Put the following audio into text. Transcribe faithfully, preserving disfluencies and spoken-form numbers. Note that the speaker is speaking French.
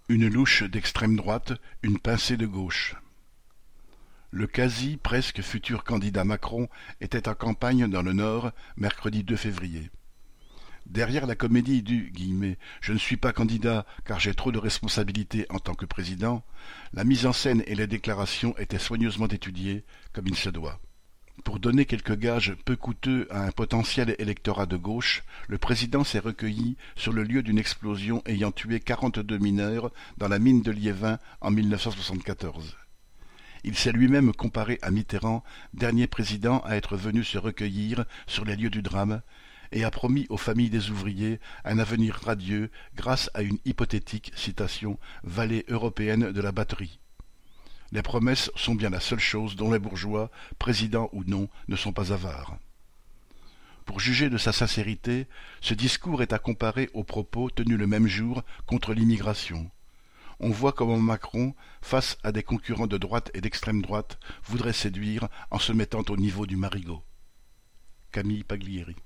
Une louche d'extrême droite, une pincée de gauche. Le quasi presque futur candidat Macron était en campagne dans le Nord mercredi deux février. Derrière la comédie du « je ne suis pas candidat car j'ai trop de responsabilités en tant que président », la mise en scène et les déclarations étaient soigneusement étudiées, comme il se doit. Pour donner quelques gages peu coûteux à un potentiel électorat de gauche, le président s'est recueilli sur le lieu d'une explosion ayant tué quarante-deux mineurs dans la mine de Liévin en mille neuf cent soixante-quatorze. Il s'est lui-même comparé à Mitterrand, dernier président à être venu se recueillir sur les lieux du drame, et a promis aux familles des ouvriers un avenir radieux grâce à une hypothétique, citation, « vallée européenne de la batterie ». Les promesses sont bien la seule chose dont les bourgeois, présidents ou non, ne sont pas avares. Pour juger de sa sincérité, ce discours est à comparer aux propos tenus le même jour contre l'immigration. On voit comment Macron, face à des concurrents de droite et d'extrême droite, voudrait séduire en se mettant au niveau du marigot. Camille Paglieri.